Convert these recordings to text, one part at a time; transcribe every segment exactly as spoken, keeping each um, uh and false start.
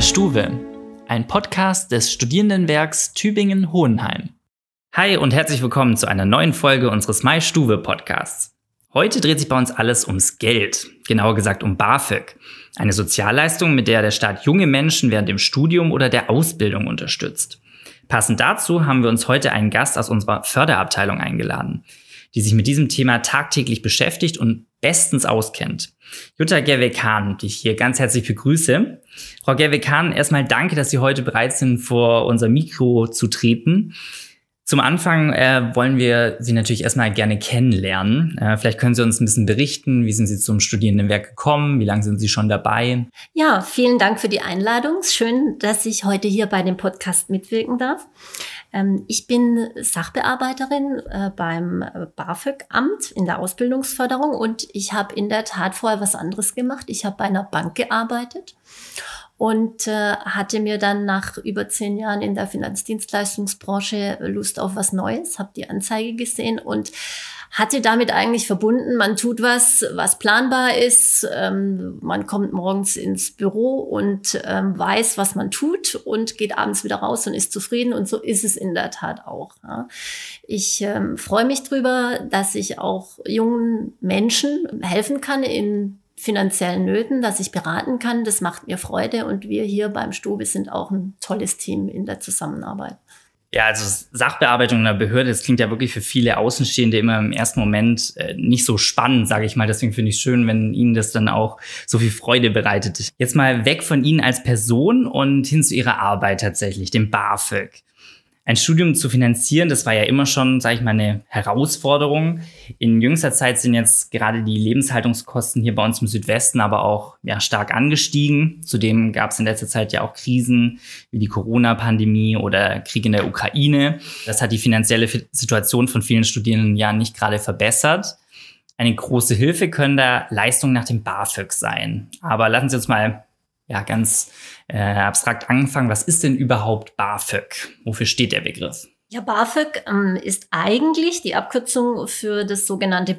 Stuwe, ein Podcast des Studierendenwerks Tübingen-Hohenheim. Hi und herzlich willkommen zu einer neuen Folge unseres My Stuwe Podcasts. Heute dreht sich bei uns alles ums Geld, genauer gesagt um BAföG, eine Sozialleistung, mit der der Staat junge Menschen während dem Studium oder der Ausbildung unterstützt. Passend dazu haben wir uns heute einen Gast aus unserer Förderabteilung eingeladen, die sich mit diesem Thema tagtäglich beschäftigt und bestens auskennt. Jutta Gerweg-Hahn, die ich hier ganz herzlich begrüße. Frau Gerweg-Hahn, erstmal danke, dass Sie heute bereit sind, vor unser Mikro zu treten. Zum Anfang äh, wollen wir Sie natürlich erstmal gerne kennenlernen. Äh, vielleicht können Sie uns ein bisschen berichten, wie sind Sie zum Studierendenwerk gekommen, wie lange sind Sie schon dabei? Ja, vielen Dank für die Einladung. Schön, dass ich heute hier bei dem Podcast mitwirken darf. Ähm, ich bin Sachbearbeiterin äh, beim BAföG-Amt in der Ausbildungsförderung und ich habe in der Tat vorher was anderes gemacht. Ich habe bei einer Bank gearbeitet. Und äh, hatte mir dann nach über zehn Jahren in der Finanzdienstleistungsbranche Lust auf was Neues, habe die Anzeige gesehen und hatte damit eigentlich verbunden, man tut was, was planbar ist, ähm, man kommt morgens ins Büro und ähm, weiß, was man tut und geht abends wieder raus und ist zufrieden und so ist es in der Tat auch. Ja. Ich ähm, freue mich drüber, dass ich auch jungen Menschen helfen kann in finanziellen Nöten, dass ich beraten kann. Das macht mir Freude und wir hier beim Stuwe sind auch ein tolles Team in der Zusammenarbeit. Ja, also Sachbearbeitung in der Behörde, das klingt ja wirklich für viele Außenstehende immer im ersten Moment äh, nicht so spannend, sage ich mal. Deswegen finde ich es schön, wenn Ihnen das dann auch so viel Freude bereitet. Jetzt mal weg von Ihnen als Person und hin zu Ihrer Arbeit tatsächlich, dem BAföG. Ein Studium zu finanzieren, das war ja immer schon, sage ich mal, eine Herausforderung. In jüngster Zeit sind jetzt gerade die Lebenshaltungskosten hier bei uns im Südwesten aber auch ja, stark angestiegen. Zudem gab es in letzter Zeit ja auch Krisen wie die Corona-Pandemie oder Krieg in der Ukraine. Das hat die finanzielle Situation von vielen Studierenden ja nicht gerade verbessert. Eine große Hilfe können da Leistungen nach dem BAföG sein. Aber lassen Sie uns mal ja, ganz äh, abstrakt angefangen. Was ist denn überhaupt BAföG? Wofür steht der Begriff? Ja, BAföG ähm, ist eigentlich die Abkürzung für das sogenannte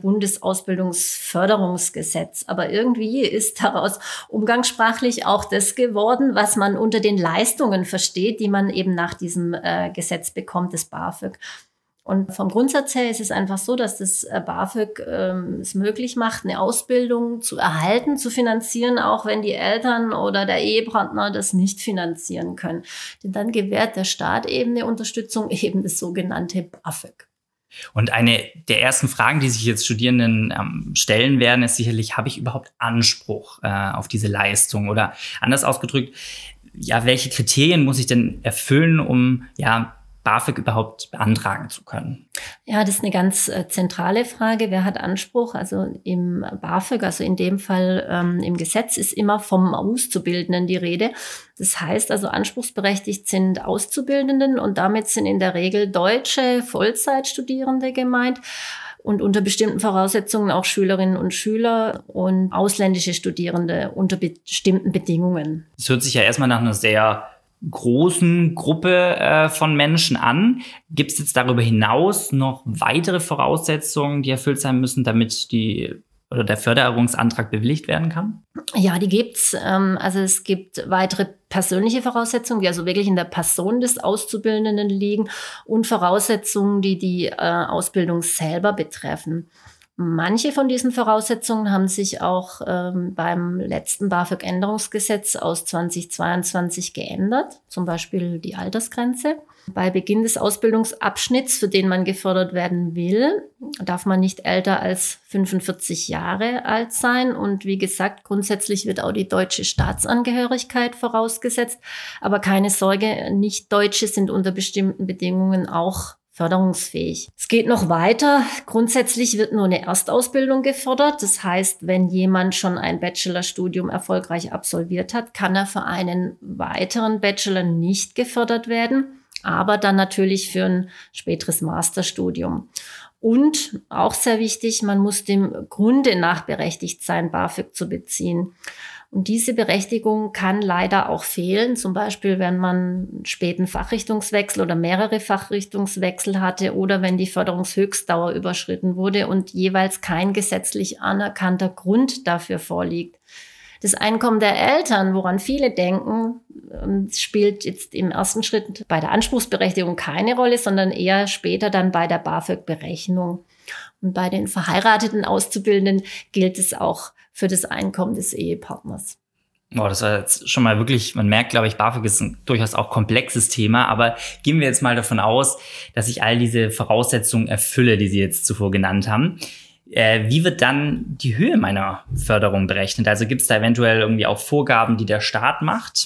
Bundesausbildungsförderungsgesetz. Aber irgendwie ist daraus umgangssprachlich auch das geworden, was man unter den Leistungen versteht, die man eben nach diesem äh, Gesetz bekommt, das BAföG. Und vom Grundsatz her ist es einfach so, dass das BAföG ähm, es möglich macht, eine Ausbildung zu erhalten, zu finanzieren, auch wenn die Eltern oder der Ehepartner das nicht finanzieren können. Denn dann gewährt der Staat eben eine Unterstützung, eben das sogenannte BAföG. Und eine der ersten Fragen, die sich jetzt Studierenden ähm, stellen werden, ist sicherlich, habe ich überhaupt Anspruch äh, auf diese Leistung? Oder anders ausgedrückt, ja, welche Kriterien muss ich denn erfüllen, um ja BAföG überhaupt beantragen zu können? Ja, das ist eine ganz äh, zentrale Frage. Wer hat Anspruch? Also im BAföG, also in dem Fall ähm, im Gesetz, ist immer vom Auszubildenden die Rede. Das heißt also, anspruchsberechtigt sind Auszubildenden und damit sind in der Regel deutsche Vollzeitstudierende gemeint und unter bestimmten Voraussetzungen auch Schülerinnen und Schüler und ausländische Studierende unter bestimmten Bedingungen. Das hört sich ja erstmal nach einer sehr großen Gruppe äh, von Menschen an. Gibt es jetzt darüber hinaus noch weitere Voraussetzungen, die erfüllt sein müssen, damit die oder der Förderungsantrag bewilligt werden kann? Ja, die gibt's. Ähm, also es gibt weitere persönliche Voraussetzungen, die also wirklich in der Person des Auszubildenden liegen und Voraussetzungen, die die äh, Ausbildung selber betreffen. Manche von diesen Voraussetzungen haben sich auch ähm, beim letzten BAföG-Änderungsgesetz aus zweitausendzweiundzwanzig geändert, zum Beispiel die Altersgrenze. Bei Beginn des Ausbildungsabschnitts, für den man gefördert werden will, darf man nicht älter als fünfundvierzig Jahre alt sein. Und wie gesagt, grundsätzlich wird auch die deutsche Staatsangehörigkeit vorausgesetzt. Aber keine Sorge, Nicht-Deutsche sind unter bestimmten Bedingungen auch förderungsfähig. Es geht noch weiter. Grundsätzlich wird nur eine Erstausbildung gefördert. Das heißt, wenn jemand schon ein Bachelorstudium erfolgreich absolviert hat, kann er für einen weiteren Bachelor nicht gefördert werden, aber dann natürlich für ein späteres Masterstudium. Und auch sehr wichtig, man muss dem Grunde nach berechtigt sein, BAföG zu beziehen. Und diese Berechtigung kann leider auch fehlen, zum Beispiel wenn man einen späten Fachrichtungswechsel oder mehrere Fachrichtungswechsel hatte oder wenn die Förderungshöchstdauer überschritten wurde und jeweils kein gesetzlich anerkannter Grund dafür vorliegt. Das Einkommen der Eltern, woran viele denken, spielt jetzt im ersten Schritt bei der Anspruchsberechtigung keine Rolle, sondern eher später dann bei der BAföG-Berechnung. Und bei den verheirateten Auszubildenden gilt es auch für das Einkommen des Ehepartners. Boah, das war jetzt schon mal wirklich, man merkt, glaube ich, BAföG ist ein durchaus auch komplexes Thema, aber gehen wir jetzt mal davon aus, dass ich all diese Voraussetzungen erfülle, die Sie jetzt zuvor genannt haben. Äh, wie wird dann die Höhe meiner Förderung berechnet? Also gibt es da eventuell irgendwie auch Vorgaben, die der Staat macht?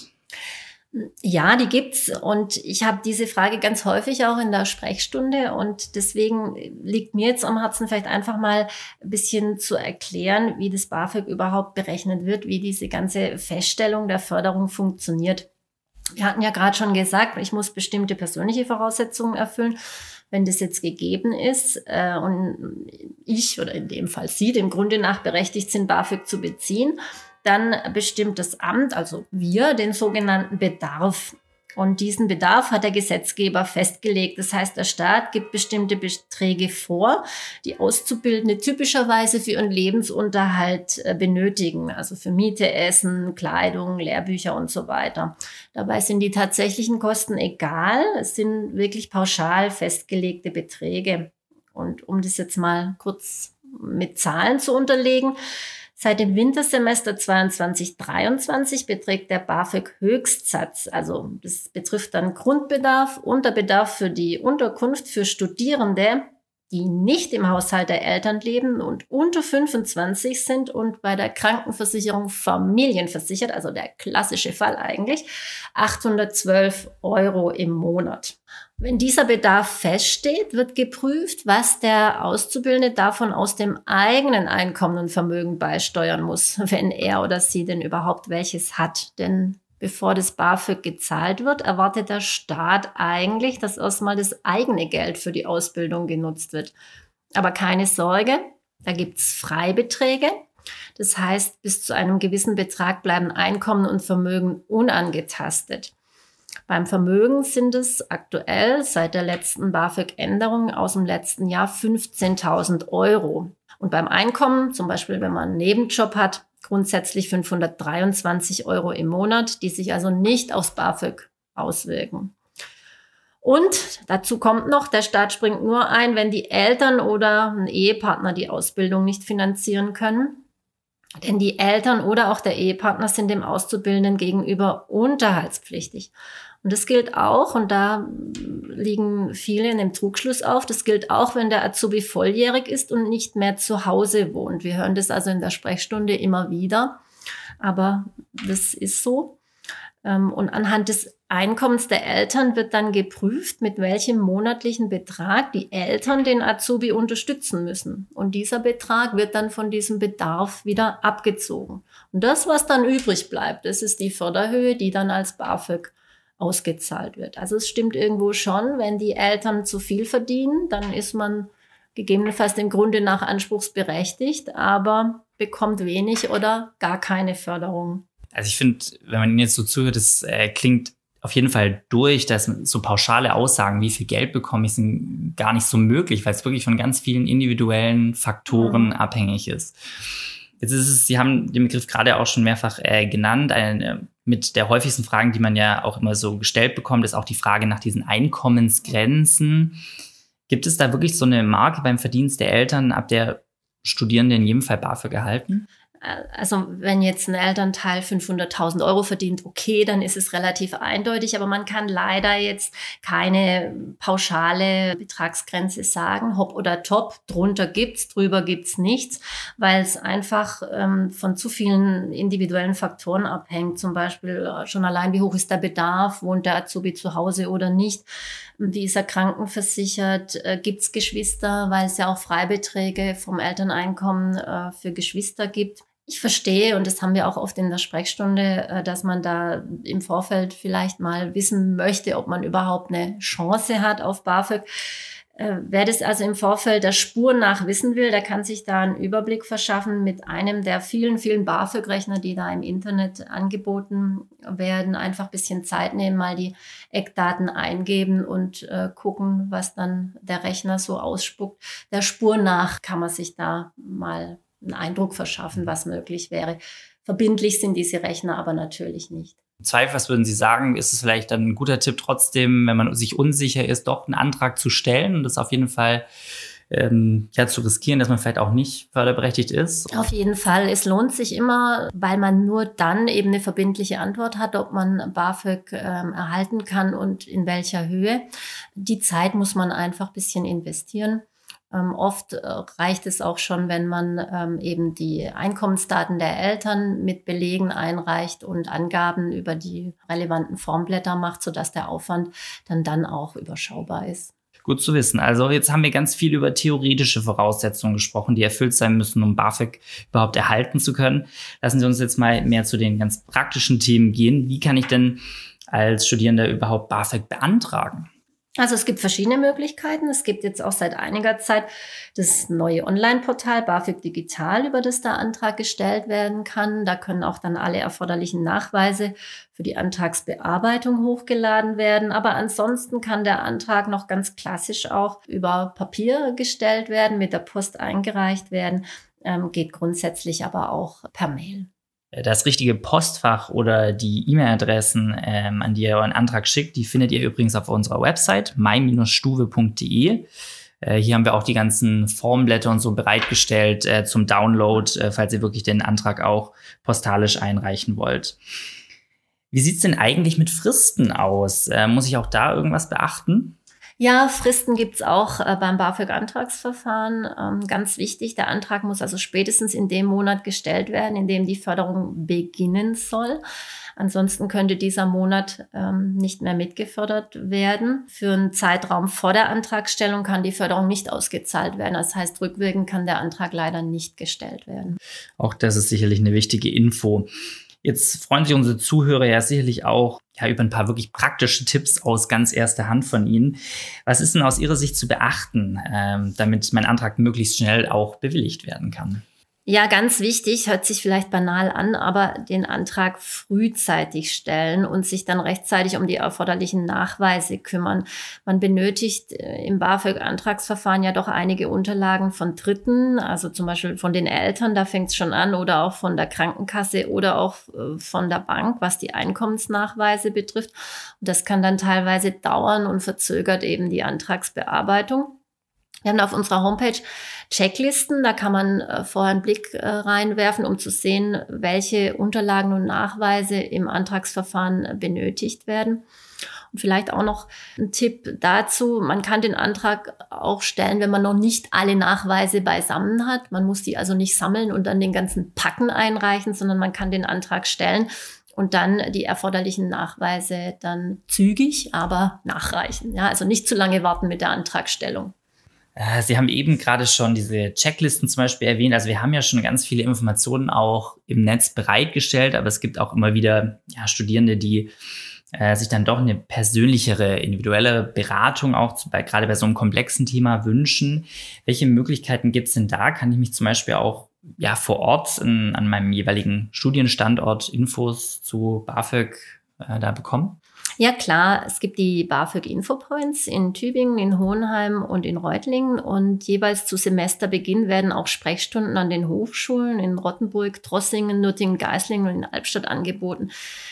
Ja, die gibt's und ich habe diese Frage ganz häufig auch in der Sprechstunde und deswegen liegt mir jetzt am Herzen, vielleicht einfach mal ein bisschen zu erklären, wie das BAföG überhaupt berechnet wird, wie diese ganze Feststellung der Förderung funktioniert. Wir hatten ja gerade schon gesagt, ich muss bestimmte persönliche Voraussetzungen erfüllen. Wenn das jetzt gegeben ist äh, und ich oder in dem Fall Sie dem Grunde nach berechtigt sind, BAföG zu beziehen, dann bestimmt das Amt, also wir, den sogenannten Bedarf. Und diesen Bedarf hat der Gesetzgeber festgelegt. Das heißt, der Staat gibt bestimmte Beträge vor, die Auszubildende typischerweise für ihren Lebensunterhalt benötigen. Also für Miete, Essen, Kleidung, Lehrbücher und so weiter. Dabei sind die tatsächlichen Kosten egal. Es sind wirklich pauschal festgelegte Beträge. Und um das jetzt mal kurz mit Zahlen zu unterlegen: Seit dem Wintersemester zweiundzwanzig dreiundzwanzig beträgt der BAföG-Höchstsatz, also das betrifft dann Grundbedarf, Unterbedarf für die Unterkunft für Studierende, die nicht im Haushalt der Eltern leben und unter fünfundzwanzig sind und bei der Krankenversicherung familienversichert, also der klassische Fall eigentlich, achthundertzwölf Euro im Monat. Wenn dieser Bedarf feststeht, wird geprüft, was der Auszubildende davon aus dem eigenen Einkommen und Vermögen beisteuern muss, wenn er oder sie denn überhaupt welches hat. Denn bevor das BAföG gezahlt wird, erwartet der Staat eigentlich, dass erstmal das eigene Geld für die Ausbildung genutzt wird. Aber keine Sorge, da gibt's Freibeträge. Das heißt, bis zu einem gewissen Betrag bleiben Einkommen und Vermögen unangetastet. Beim Vermögen sind es aktuell seit der letzten BAföG-Änderung aus dem letzten Jahr fünfzehntausend Euro. Und beim Einkommen, zum Beispiel wenn man einen Nebenjob hat, grundsätzlich fünfhundertdreiundzwanzig Euro im Monat, die sich also nicht aufs BAföG auswirken. Und dazu kommt noch, der Staat springt nur ein, wenn die Eltern oder ein Ehepartner die Ausbildung nicht finanzieren können. Denn die Eltern oder auch der Ehepartner sind dem Auszubildenden gegenüber unterhaltspflichtig. Und das gilt auch, und da liegen viele in dem Trugschluss auf, das gilt auch, wenn der Azubi volljährig ist und nicht mehr zu Hause wohnt. Wir hören das also in der Sprechstunde immer wieder, aber das ist so. Und anhand des Einkommens der Eltern wird dann geprüft, mit welchem monatlichen Betrag die Eltern den Azubi unterstützen müssen. Und dieser Betrag wird dann von diesem Bedarf wieder abgezogen. Und das, was dann übrig bleibt, das ist die Förderhöhe, die dann als BAföG ausgezahlt wird. Also es stimmt irgendwo schon, wenn die Eltern zu viel verdienen, dann ist man gegebenenfalls dem Grunde nach anspruchsberechtigt, aber bekommt wenig oder gar keine Förderung. Also ich finde, wenn man Ihnen jetzt so zuhört, das äh, klingt auf jeden Fall durch, dass so pauschale Aussagen, wie viel Geld bekomme ich, sind gar nicht so möglich, weil es wirklich von ganz vielen individuellen Faktoren mhm. abhängig ist. Jetzt ist es, Sie haben den Begriff gerade auch schon mehrfach äh, genannt, eine, mit der häufigsten Fragen, die man ja auch immer so gestellt bekommt, ist auch die Frage nach diesen Einkommensgrenzen. Gibt es da wirklich so eine Marke beim Verdienst der Eltern, ab der Studierende in jedem Fall BAföG erhalten? Also wenn jetzt ein Elternteil fünfhunderttausend Euro verdient, okay, dann ist es relativ eindeutig, aber man kann leider jetzt keine pauschale Betragsgrenze sagen, hopp oder top, drunter gibt's, drüber gibt's nichts, weil es einfach ähm, von zu vielen individuellen Faktoren abhängt, zum Beispiel schon allein, wie hoch ist der Bedarf, wohnt der Azubi zu Hause oder nicht, wie ist er krankenversichert, äh, gibt's Geschwister, weil es ja auch Freibeträge vom Elterneinkommen äh, für Geschwister gibt. Ich verstehe, und das haben wir auch oft in der Sprechstunde, dass man da im Vorfeld vielleicht mal wissen möchte, ob man überhaupt eine Chance hat auf BAföG. Wer das also im Vorfeld der Spur nach wissen will, der kann sich da einen Überblick verschaffen mit einem der vielen, vielen BAföG-Rechner, die da im Internet angeboten werden. Einfach ein bisschen Zeit nehmen, mal die Eckdaten eingeben und äh, gucken, was dann der Rechner so ausspuckt. Der Spur nach kann man sich da mal einen Eindruck verschaffen, was möglich wäre. Verbindlich sind diese Rechner aber natürlich nicht. Im Zweifel, was würden Sie sagen, ist es vielleicht dann ein guter Tipp trotzdem, wenn man sich unsicher ist, doch einen Antrag zu stellen und das auf jeden Fall ähm, ja, zu riskieren, dass man vielleicht auch nicht förderberechtigt ist? Auf jeden Fall. Es lohnt sich immer, weil man nur dann eben eine verbindliche Antwort hat, ob man BAföG ähm, erhalten kann und in welcher Höhe. Die Zeit muss man einfach ein bisschen investieren. Ähm, oft äh, reicht es auch schon, wenn man ähm, eben die Einkommensdaten der Eltern mit Belegen einreicht und Angaben über die relevanten Formblätter macht, sodass der Aufwand dann dann auch überschaubar ist. Gut zu wissen. Also jetzt haben wir ganz viel über theoretische Voraussetzungen gesprochen, die erfüllt sein müssen, um BAföG überhaupt erhalten zu können. Lassen Sie uns jetzt mal mehr zu den ganz praktischen Themen gehen. Wie kann ich denn als Studierender überhaupt BAföG beantragen? Also es gibt verschiedene Möglichkeiten. Es gibt jetzt auch seit einiger Zeit das neue Online-Portal BAföG Digital, über das der Antrag gestellt werden kann. Da können auch dann alle erforderlichen Nachweise für die Antragsbearbeitung hochgeladen werden. Aber ansonsten kann der Antrag noch ganz klassisch auch über Papier gestellt werden, mit der Post eingereicht werden, ähm, geht grundsätzlich aber auch per Mail. Das richtige Postfach oder die E-Mail-Adressen, ähm, an die ihr euren Antrag schickt, die findet ihr übrigens auf unserer Website mein Bindestrich stuwe punkt de. Äh, hier haben wir auch die ganzen Formblätter und so bereitgestellt äh, zum Download, äh, falls ihr wirklich den Antrag auch postalisch einreichen wollt. Wie sieht's denn eigentlich mit Fristen aus? Äh, muss ich auch da irgendwas beachten? Ja, Fristen gibt's auch äh, beim BAföG-Antragsverfahren. Ähm, ganz wichtig, der Antrag muss also spätestens in dem Monat gestellt werden, in dem die Förderung beginnen soll. Ansonsten könnte dieser Monat ähm, nicht mehr mitgefördert werden. Für einen Zeitraum vor der Antragstellung kann die Förderung nicht ausgezahlt werden. Das heißt, rückwirkend kann der Antrag leider nicht gestellt werden. Auch das ist sicherlich eine wichtige Info. Jetzt freuen sich unsere Zuhörer ja sicherlich auch ja, über ein paar wirklich praktische Tipps aus ganz erster Hand von Ihnen. Was ist denn aus Ihrer Sicht zu beachten, ähm, damit mein Antrag möglichst schnell auch bewilligt werden kann? Ja, ganz wichtig, hört sich vielleicht banal an, aber den Antrag frühzeitig stellen und sich dann rechtzeitig um die erforderlichen Nachweise kümmern. Man benötigt im BAföG-Antragsverfahren ja doch einige Unterlagen von Dritten, also zum Beispiel von den Eltern, da fängt es schon an, oder auch von der Krankenkasse oder auch von der Bank, was die Einkommensnachweise betrifft. Und das kann dann teilweise dauern und verzögert eben die Antragsbearbeitung. Wir haben auf unserer Homepage Checklisten, da kann man äh, vorher einen Blick äh, reinwerfen, um zu sehen, welche Unterlagen und Nachweise im Antragsverfahren äh, benötigt werden. Und vielleicht auch noch ein Tipp dazu, man kann den Antrag auch stellen, wenn man noch nicht alle Nachweise beisammen hat. Man muss die also nicht sammeln und dann den ganzen Packen einreichen, sondern man kann den Antrag stellen und dann die erforderlichen Nachweise dann zügig, aber nachreichen. Ja, also nicht zu lange warten mit der Antragstellung. Sie haben eben gerade schon diese Checklisten zum Beispiel erwähnt. Also wir haben ja schon ganz viele Informationen auch im Netz bereitgestellt, aber es gibt auch immer wieder ja, Studierende, die äh, sich dann doch eine persönlichere, individuelle Beratung auch zu, bei, gerade bei so einem komplexen Thema wünschen. Welche Möglichkeiten gibt es denn da? Kann ich mich zum Beispiel auch ja, vor Ort in, an meinem jeweiligen Studienstandort Infos zu BAföG äh, da bekommen? Ja klar, es gibt die BAföG-Infopoints in Tübingen, in Hohenheim und in Reutlingen und jeweils zu Semesterbeginn werden auch Sprechstunden an den Hochschulen in Rottenburg, Trossingen, Nürtingen, Geislingen und in Albstadt angeboten.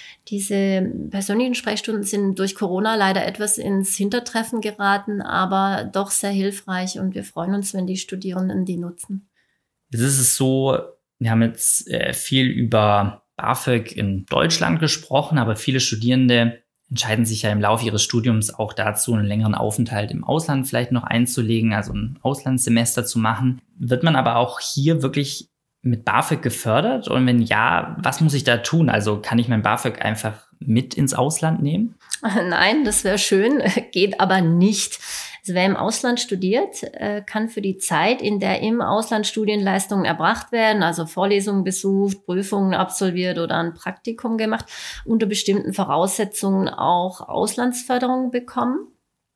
Diese persönlichen Sprechstunden sind durch Corona leider etwas ins Hintertreffen geraten, aber doch sehr hilfreich und wir freuen uns, wenn die Studierenden die nutzen. Jetzt ist es so, wir haben jetzt äh, viel über BAföG in Deutschland gesprochen, aber viele Studierende entscheiden sich ja im Laufe ihres Studiums auch dazu, einen längeren Aufenthalt im Ausland vielleicht noch einzulegen, also ein Auslandssemester zu machen. Wird man aber auch hier wirklich mit BAföG gefördert? Und wenn ja, was muss ich da tun? Also kann ich mein BAföG einfach mit ins Ausland nehmen? Nein, das wäre schön, geht aber nicht. Also wer im Ausland studiert, kann für die Zeit, in der im Ausland Studienleistungen erbracht werden, also Vorlesungen besucht, Prüfungen absolviert oder ein Praktikum gemacht, unter bestimmten Voraussetzungen auch Auslandsförderung bekommen.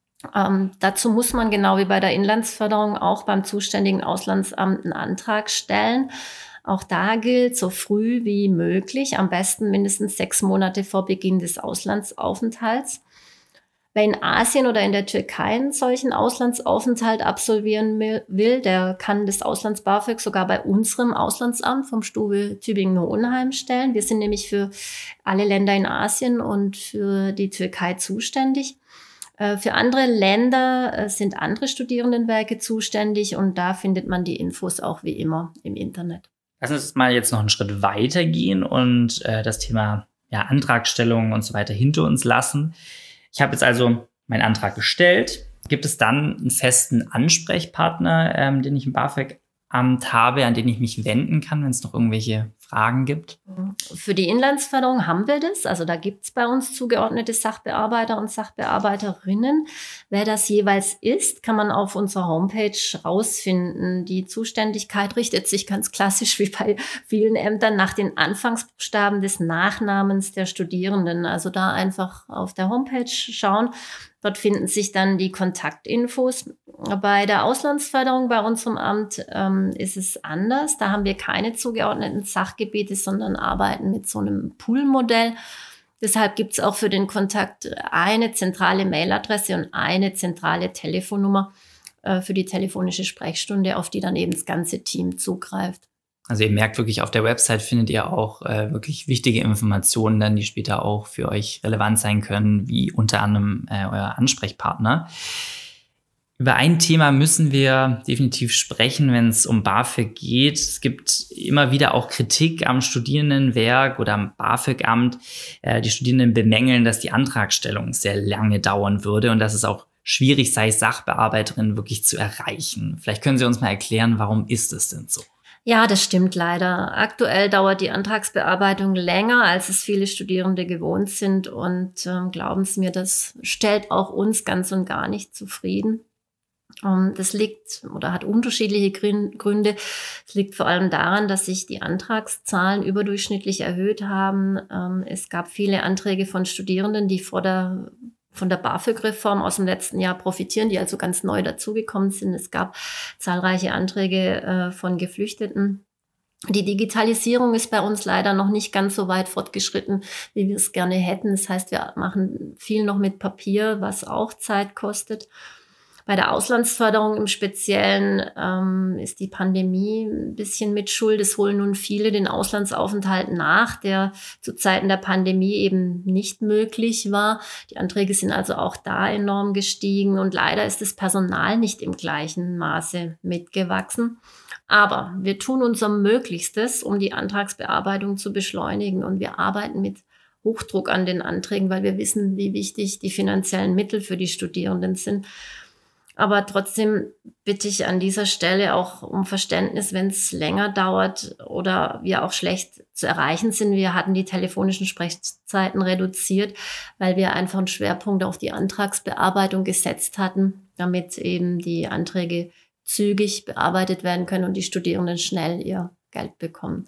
Ähm, dazu muss man genau wie bei der Inlandsförderung auch beim zuständigen Auslandsamt einen Antrag stellen. Auch da gilt, so früh wie möglich, am besten mindestens sechs Monate vor Beginn des Auslandsaufenthalts. Wer in Asien oder in der Türkei einen solchen Auslandsaufenthalt absolvieren will, der kann das Auslands-BAföG sogar bei unserem Auslandsamt vom Stube Tübingen-Hohenheim stellen. Wir sind nämlich für alle Länder in Asien und für die Türkei zuständig. Für andere Länder sind andere Studierendenwerke zuständig und da findet man die Infos auch wie immer im Internet. Lass uns mal jetzt noch einen Schritt weiter gehen und äh, das Thema ja, Antragstellung und so weiter hinter uns lassen. Ich habe jetzt also meinen Antrag gestellt. Gibt es dann einen festen Ansprechpartner, ähm, den ich im BAföG-Amt habe, an den ich mich wenden kann, wenn es noch irgendwelche Fragen gibt? Für die Inlandsförderung haben wir das. Also da gibt es bei uns zugeordnete Sachbearbeiter und Sachbearbeiterinnen. Wer das jeweils ist, kann man auf unserer Homepage rausfinden. Die Zuständigkeit richtet sich ganz klassisch wie bei vielen Ämtern nach den Anfangsbuchstaben des Nachnamens der Studierenden. Also da einfach auf der Homepage schauen. Dort finden sich dann die Kontaktinfos. Bei der Auslandsförderung bei unserem Amt ähm, ist es anders. Da haben wir keine zugeordneten Sachgebiete, sondern arbeiten mit so einem Pool-Modell. Deshalb gibt es auch für den Kontakt eine zentrale Mailadresse und eine zentrale Telefonnummer äh, für die telefonische Sprechstunde, auf die dann eben das ganze Team zugreift. Also ihr merkt wirklich, auf der Website findet ihr auch äh, wirklich wichtige Informationen, dann, die später auch für euch relevant sein können, wie unter anderem äh, euer Ansprechpartner. Über ein Thema müssen wir definitiv sprechen, wenn es um BAföG geht. Es gibt immer wieder auch Kritik am Studierendenwerk oder am BAföG-Amt. Äh, die Studierenden bemängeln, dass die Antragstellung sehr lange dauern würde und dass es auch schwierig sei, Sachbearbeiterinnen wirklich zu erreichen. Vielleicht können Sie uns mal erklären, warum ist es denn so? Ja, das stimmt leider. Aktuell dauert die Antragsbearbeitung länger, als es viele Studierende gewohnt sind. Und ähm, glauben Sie mir, das stellt auch uns ganz und gar nicht zufrieden. Ähm, das liegt oder hat unterschiedliche Gründe. Es liegt vor allem daran, dass sich die Antragszahlen überdurchschnittlich erhöht haben. Ähm, es gab viele Anträge von Studierenden, die vor der von der BAföG-Reform aus dem letzten Jahr profitieren, die also ganz neu dazugekommen sind. Es gab zahlreiche Anträge äh, von Geflüchteten. Die Digitalisierung ist bei uns leider noch nicht ganz so weit fortgeschritten, wie wir es gerne hätten. Das heißt, wir machen viel noch mit Papier, was auch Zeit kostet. Bei der Auslandsförderung im Speziellen ähm, ist die Pandemie ein bisschen mit Schuld. Es holen nun viele den Auslandsaufenthalt nach, der zu Zeiten der Pandemie eben nicht möglich war. Die Anträge sind also auch da enorm gestiegen und leider ist das Personal nicht im gleichen Maße mitgewachsen. Aber wir tun unser Möglichstes, um die Antragsbearbeitung zu beschleunigen und wir arbeiten mit Hochdruck an den Anträgen, weil wir wissen, wie wichtig die finanziellen Mittel für die Studierenden sind. Aber trotzdem bitte ich an dieser Stelle auch um Verständnis, wenn es länger dauert oder wir auch schlecht zu erreichen sind. Wir hatten die telefonischen Sprechzeiten reduziert, weil wir einfach einen Schwerpunkt auf die Antragsbearbeitung gesetzt hatten, damit eben die Anträge zügig bearbeitet werden können und die Studierenden schnell ihr Geld bekommen.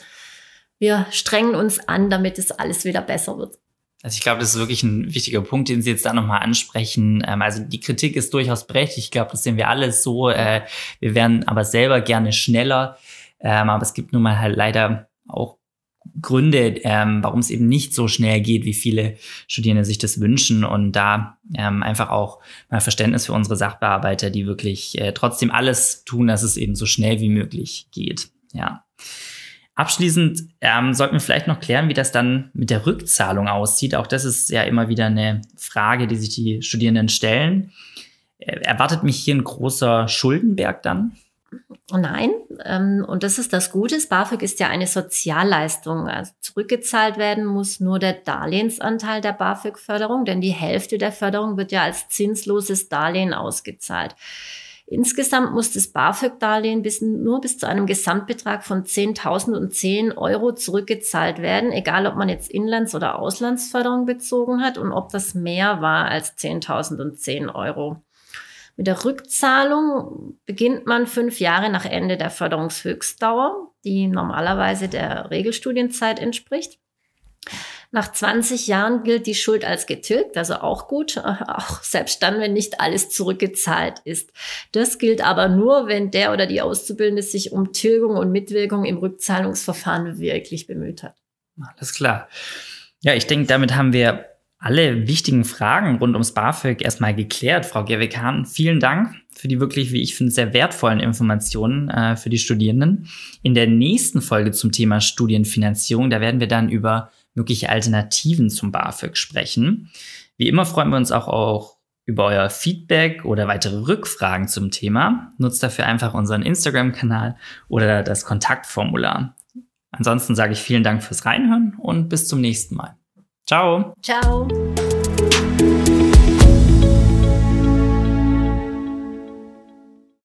Wir strengen uns an, damit es alles wieder besser wird. Also ich glaube, das ist wirklich ein wichtiger Punkt, den Sie jetzt da nochmal ansprechen. Also die Kritik ist durchaus berechtigt. Ich glaube, das sehen wir alle so. Wir wären aber selber gerne schneller. Aber es gibt nun mal halt leider auch Gründe, warum es eben nicht so schnell geht, wie viele Studierende sich das wünschen. Und da einfach auch mal Verständnis für unsere Sachbearbeiter, die wirklich trotzdem alles tun, dass es eben so schnell wie möglich geht. Ja. Abschließend ähm, sollten wir vielleicht noch klären, wie das dann mit der Rückzahlung aussieht. Auch das ist ja immer wieder eine Frage, die sich die Studierenden stellen. Äh, erwartet mich hier ein großer Schuldenberg dann? Nein, ähm, und das ist das Gute. Das BAföG ist ja eine Sozialleistung. Also zurückgezahlt werden muss nur der Darlehensanteil der BAföG-Förderung, denn die Hälfte der Förderung wird ja als zinsloses Darlehen ausgezahlt. Insgesamt muss das BAföG-Darlehen bis, nur bis zu einem Gesamtbetrag von zehntausendzehn Euro zurückgezahlt werden, egal ob man jetzt Inlands- oder Auslandsförderung bezogen hat und ob das mehr war als zehntausendzehn Euro. Mit der Rückzahlung beginnt man fünf Jahre nach Ende der Förderungshöchstdauer, die normalerweise der Regelstudienzeit entspricht. Nach zwanzig Jahren gilt die Schuld als getilgt, also auch gut, auch selbst dann, wenn nicht alles zurückgezahlt ist. Das gilt aber nur, wenn der oder die Auszubildende sich um Tilgung und Mitwirkung im Rückzahlungsverfahren wirklich bemüht hat. Alles klar. Ja, ich denke, damit haben wir alle wichtigen Fragen rund ums BAföG erstmal geklärt. Frau Gerwig-Hahn, vielen Dank für die wirklich, wie ich finde, sehr wertvollen Informationen äh, für die Studierenden. In der nächsten Folge zum Thema Studienfinanzierung, da werden wir dann über mögliche Alternativen zum BAföG sprechen. Wie immer freuen wir uns auch, auch über euer Feedback oder weitere Rückfragen zum Thema. Nutzt dafür einfach unseren Instagram-Kanal oder das Kontaktformular. Ansonsten sage ich vielen Dank fürs Reinhören und bis zum nächsten Mal. Ciao. Ciao.